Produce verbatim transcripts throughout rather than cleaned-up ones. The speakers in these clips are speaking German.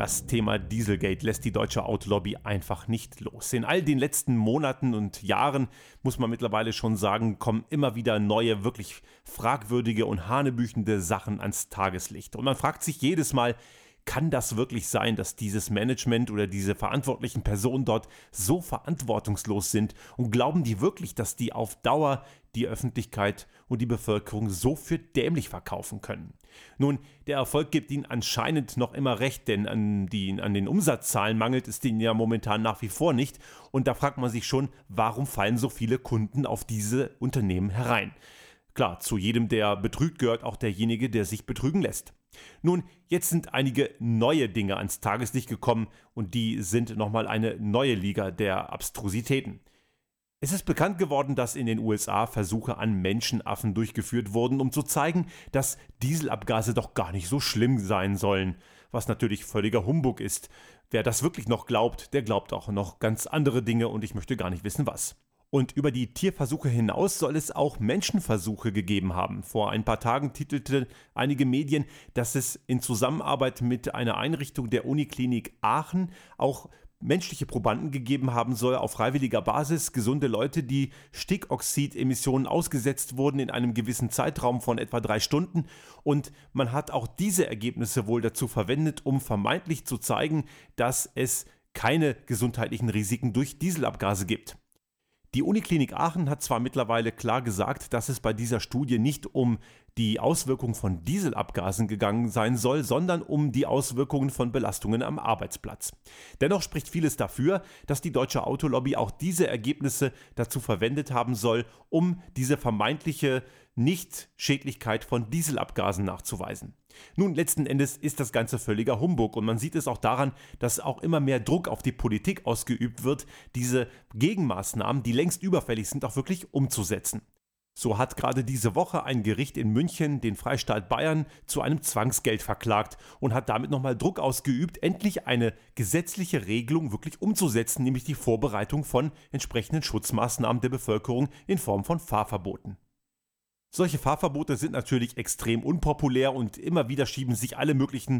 Das Thema Dieselgate lässt die deutsche Autolobby einfach nicht los. In all den letzten Monaten und Jahren, muss man mittlerweile schon sagen, kommen immer wieder neue, wirklich fragwürdige und hanebüchende Sachen ans Tageslicht. Und man fragt sich jedes Mal, kann das wirklich sein, dass dieses Management oder diese verantwortlichen Personen dort so verantwortungslos sind und glauben die wirklich, dass die auf Dauer die Öffentlichkeit und die Bevölkerung so für dämlich verkaufen können? Nun, der Erfolg gibt ihnen anscheinend noch immer recht, denn an, die, an den Umsatzzahlen mangelt es denen ja momentan nach wie vor nicht. Und da fragt man sich schon, warum fallen so viele Kunden auf diese Unternehmen herein? Klar, zu jedem, der betrügt, gehört auch derjenige, der sich betrügen lässt. Nun, jetzt sind einige neue Dinge ans Tageslicht gekommen und die sind nochmal eine neue Liga der Abstrusitäten. Es ist bekannt geworden, dass in den U S A Versuche an Menschenaffen durchgeführt wurden, um zu zeigen, dass Dieselabgase doch gar nicht so schlimm sein sollen, was natürlich völliger Humbug ist. Wer das wirklich noch glaubt, der glaubt auch noch ganz andere Dinge und ich möchte gar nicht wissen was. Und über die Tierversuche hinaus soll es auch Menschenversuche gegeben haben. Vor ein paar Tagen titelte einige Medien, dass es in Zusammenarbeit mit einer Einrichtung der Uniklinik Aachen auch menschliche Probanden gegeben haben soll, auf freiwilliger Basis, gesunde Leute, die Stickoxidemissionen ausgesetzt wurden in einem gewissen Zeitraum von etwa drei Stunden. Und man hat auch diese Ergebnisse wohl dazu verwendet, um vermeintlich zu zeigen, dass es keine gesundheitlichen Risiken durch Dieselabgase gibt. Die Uniklinik Aachen hat zwar mittlerweile klar gesagt, dass es bei dieser Studie nicht um die Auswirkungen von Dieselabgasen gegangen sein soll, sondern um die Auswirkungen von Belastungen am Arbeitsplatz. Dennoch spricht vieles dafür, dass die deutsche Autolobby auch diese Ergebnisse dazu verwendet haben soll, um diese vermeintliche Nichtschädlichkeit von Dieselabgasen nachzuweisen. Nun, letzten Endes ist das Ganze völliger Humbug und man sieht es auch daran, dass auch immer mehr Druck auf die Politik ausgeübt wird, diese Gegenmaßnahmen, die längst überfällig sind, auch wirklich umzusetzen. So hat gerade diese Woche ein Gericht in München den Freistaat Bayern zu einem Zwangsgeld verklagt und hat damit nochmal Druck ausgeübt, endlich eine gesetzliche Regelung wirklich umzusetzen, nämlich die Vorbereitung von entsprechenden Schutzmaßnahmen der Bevölkerung in Form von Fahrverboten. Solche Fahrverbote sind natürlich extrem unpopulär und immer wieder schieben sich alle möglichen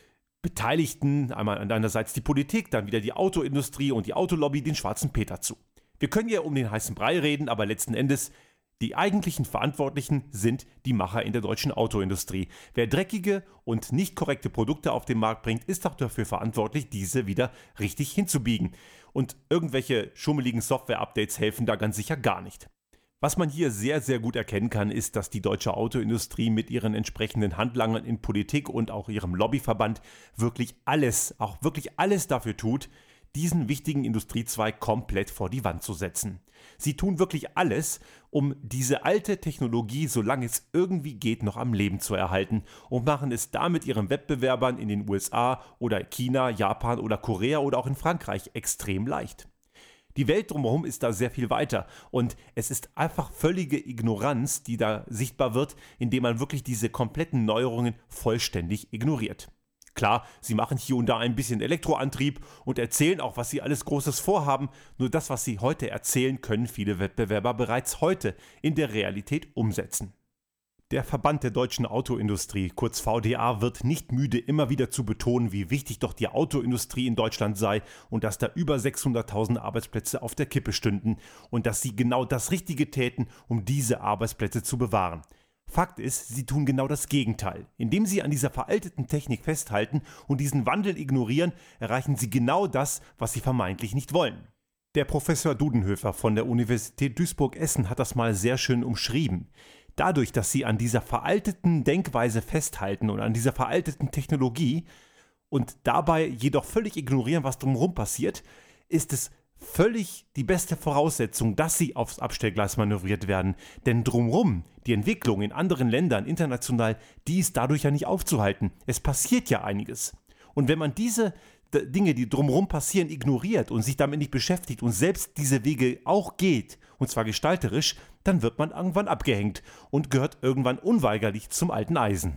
Beteiligten, einmal einerseits die Politik, dann wieder die Autoindustrie und die Autolobby, den schwarzen Peter zu. Wir können ja um den heißen Brei reden, aber letzten Endes die eigentlichen Verantwortlichen sind die Macher in der deutschen Autoindustrie. Wer dreckige und nicht korrekte Produkte auf den Markt bringt, ist auch dafür verantwortlich, diese wieder richtig hinzubiegen. Und irgendwelche schummeligen Software-Updates helfen da ganz sicher gar nicht. Was man hier sehr, sehr gut erkennen kann, ist, dass die deutsche Autoindustrie mit ihren entsprechenden Handlangern in Politik und auch ihrem Lobbyverband wirklich alles, auch wirklich alles dafür tut, diesen wichtigen Industriezweig komplett vor die Wand zu setzen. Sie tun wirklich alles, um diese alte Technologie, solange es irgendwie geht, noch am Leben zu erhalten und machen es damit ihren Wettbewerbern in den U S A oder China, Japan oder Korea oder auch in Frankreich extrem leicht. Die Welt drumherum ist da sehr viel weiter und es ist einfach völlige Ignoranz, die da sichtbar wird, indem man wirklich diese kompletten Neuerungen vollständig ignoriert. Klar, sie machen hier und da ein bisschen Elektroantrieb und erzählen auch, was sie alles Großes vorhaben, nur das, was sie heute erzählen, können viele Wettbewerber bereits heute in der Realität umsetzen. Der Verband der deutschen Autoindustrie, kurz V D A, wird nicht müde, immer wieder zu betonen, wie wichtig doch die Autoindustrie in Deutschland sei und dass da über sechshunderttausend Arbeitsplätze auf der Kippe stünden und dass sie genau das Richtige täten, um diese Arbeitsplätze zu bewahren. Fakt ist, sie tun genau das Gegenteil. Indem sie an dieser veralteten Technik festhalten und diesen Wandel ignorieren, erreichen sie genau das, was sie vermeintlich nicht wollen. Der Professor Dudenhöfer von der Universität Duisburg-Essen hat das mal sehr schön umschrieben. Dadurch, dass sie an dieser veralteten Denkweise festhalten und an dieser veralteten Technologie und dabei jedoch völlig ignorieren, was drumherum passiert, ist es völlig die beste Voraussetzung, dass sie aufs Abstellgleis manövriert werden. Denn drumherum, die Entwicklung in anderen Ländern, international, die ist dadurch ja nicht aufzuhalten. Es passiert ja einiges. Und wenn man diese Dinge, die drumherum passieren, ignoriert und sich damit nicht beschäftigt und selbst diese Wege auch geht, und zwar gestalterisch, dann wird man irgendwann abgehängt und gehört irgendwann unweigerlich zum alten Eisen.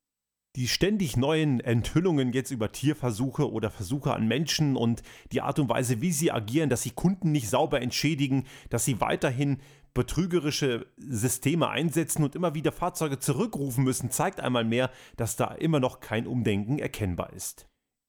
Die ständig neuen Enthüllungen jetzt über Tierversuche oder Versuche an Menschen und die Art und Weise, wie sie agieren, dass sie Kunden nicht sauber entschädigen, dass sie weiterhin betrügerische Systeme einsetzen und immer wieder Fahrzeuge zurückrufen müssen, zeigt einmal mehr, dass da immer noch kein Umdenken erkennbar ist.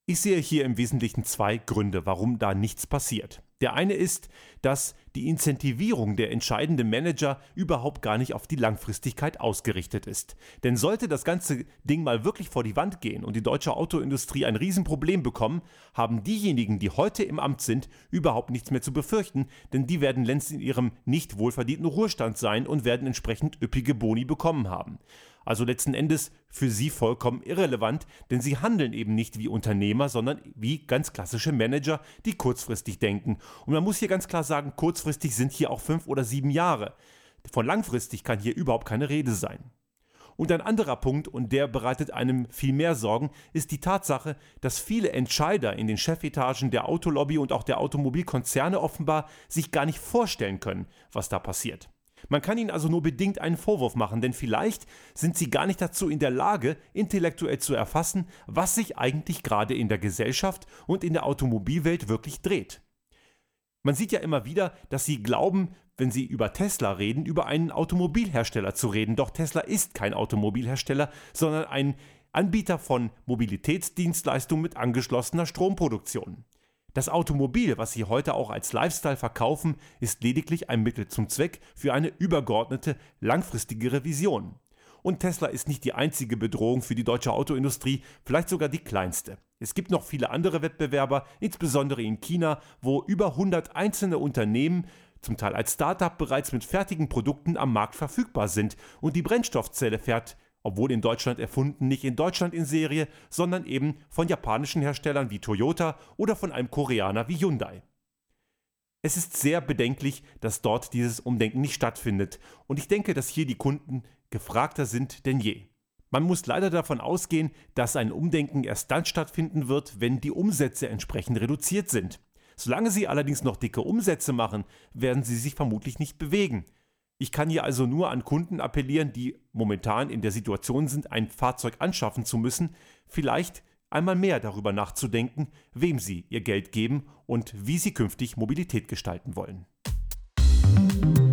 Ich sehe hier im Wesentlichen zwei Gründe, warum da nichts passiert. Der eine ist, dass die Incentivierung der entscheidenden Manager überhaupt gar nicht auf die Langfristigkeit ausgerichtet ist. Denn sollte das ganze Ding mal wirklich vor die Wand gehen und die deutsche Autoindustrie ein Riesenproblem bekommen, haben diejenigen, die heute im Amt sind, überhaupt nichts mehr zu befürchten, denn die werden längst in ihrem nicht wohlverdienten Ruhestand sein und werden entsprechend üppige Boni bekommen haben. Also letzten Endes für sie vollkommen irrelevant, denn sie handeln eben nicht wie Unternehmer, sondern wie ganz klassische Manager, die kurzfristig denken. Und man muss hier ganz klar sagen, kurzfristig sind hier auch fünf oder sieben Jahre. Von langfristig kann hier überhaupt keine Rede sein. Und ein anderer Punkt, und der bereitet einem viel mehr Sorgen, ist die Tatsache, dass viele Entscheider in den Chefetagen der Autolobby und auch der Automobilkonzerne offenbar sich gar nicht vorstellen können, was da passiert. Man kann ihnen also nur bedingt einen Vorwurf machen, denn vielleicht sind sie gar nicht dazu in der Lage, intellektuell zu erfassen, was sich eigentlich gerade in der Gesellschaft und in der Automobilwelt wirklich dreht. Man sieht ja immer wieder, dass sie glauben, wenn sie über Tesla reden, über einen Automobilhersteller zu reden. Doch Tesla ist kein Automobilhersteller, sondern ein Anbieter von Mobilitätsdienstleistungen mit angeschlossener Stromproduktion. Das Automobil, was sie heute auch als Lifestyle verkaufen, ist lediglich ein Mittel zum Zweck für eine übergeordnete, langfristigere Vision. Und Tesla ist nicht die einzige Bedrohung für die deutsche Autoindustrie, vielleicht sogar die kleinste. Es gibt noch viele andere Wettbewerber, insbesondere in China, wo über hundert einzelne Unternehmen, zum Teil als Start-up, bereits mit fertigen Produkten am Markt verfügbar sind und die Brennstoffzelle fährt, obwohl in Deutschland erfunden, nicht in Deutschland in Serie, sondern eben von japanischen Herstellern wie Toyota oder von einem Koreaner wie Hyundai. Es ist sehr bedenklich, dass dort dieses Umdenken nicht stattfindet und ich denke, dass hier die Kunden gefragter sind denn je. Man muss leider davon ausgehen, dass ein Umdenken erst dann stattfinden wird, wenn die Umsätze entsprechend reduziert sind. Solange sie allerdings noch dicke Umsätze machen, werden sie sich vermutlich nicht bewegen. Ich kann hier also nur an Kunden appellieren, die momentan in der Situation sind, ein Fahrzeug anschaffen zu müssen, vielleicht einmal mehr darüber nachzudenken, wem sie ihr Geld geben und wie sie künftig Mobilität gestalten wollen.